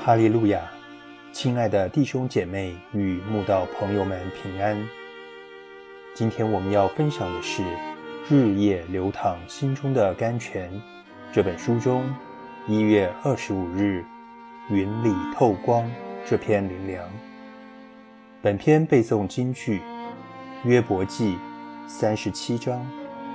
哈利路亚！亲爱的弟兄姐妹与慕道朋友们平安。今天我们要分享的是《日夜流淌心中的甘泉》这本书中1月25日云里透光这篇灵粮。本篇背诵金句约伯记37章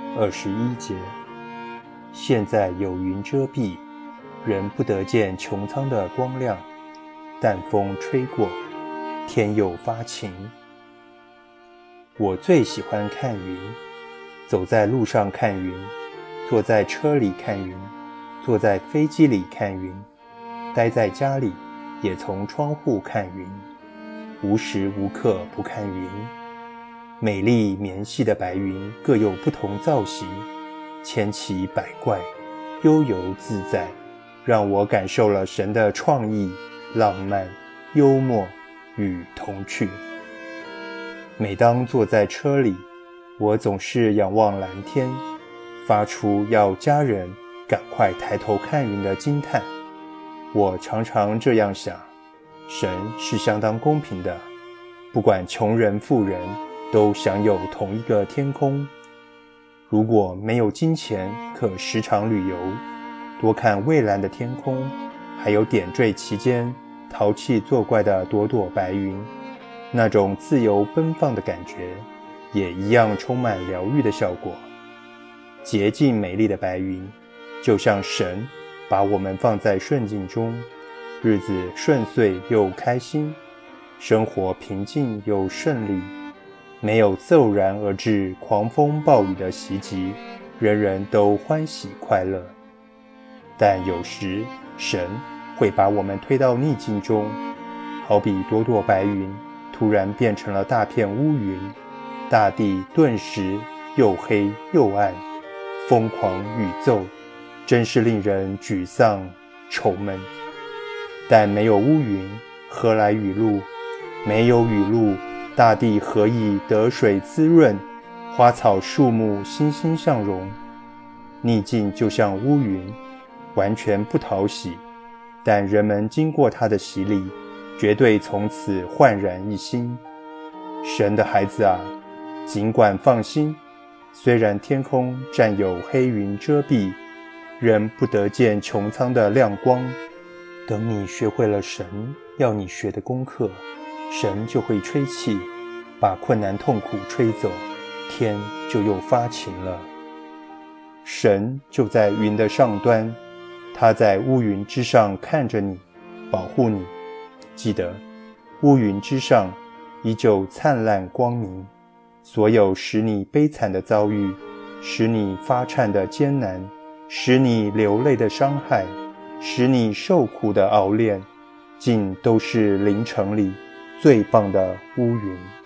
21节。现在有云遮蔽，人不得见穹苍的光亮，淡风吹过，天又发晴。我最喜欢看云，走在路上看云，坐在车里看云，坐在飞机里看云，待在家里也从窗户看云，无时无刻不看云。美丽绵细的白云各有不同造型，千奇百怪，悠游自在，让我感受了神的创意、浪漫、幽默与童趣。每当坐在车里，我总是仰望蓝天，发出要家人赶快抬头看云的惊叹。我常常这样想，神是相当公平的，不管穷人富人都享有同一个天空。如果没有金钱可时常旅游，多看蔚蓝的天空，还有点缀其间淘气作怪的朵朵白云，那种自由奔放的感觉也一样充满疗愈的效果。洁净美丽的白云就像神把我们放在顺境中，日子顺遂又开心，生活平静又顺利，没有骤然而至狂风暴雨的袭击，人人都欢喜快乐。但有时神会把我们推到逆境中，好比朵朵白云突然变成了大片乌云，大地顿时又黑又暗，疯狂宇宙，真是令人沮丧愁闷。但没有乌云，何来雨露？没有雨露，大地何以得水滋润，花草树木欣欣向荣？逆境就像乌云，完全不讨喜，但人们经过它的洗礼，绝对从此焕然一新。神的孩子啊，尽管放心，虽然天空占有黑云遮蔽，人不得见穹苍的亮光。等你学会了神要你学的功课，神就会吹气，把困难痛苦吹走，天就又发晴了。神就在云的上端，他在乌云之上看着你，保护你。记得，乌云之上依旧灿烂光明，所有使你悲惨的遭遇，使你发颤的艰难，使你流泪的伤害，使你受苦的熬炼，尽都是灵城里最棒的乌云。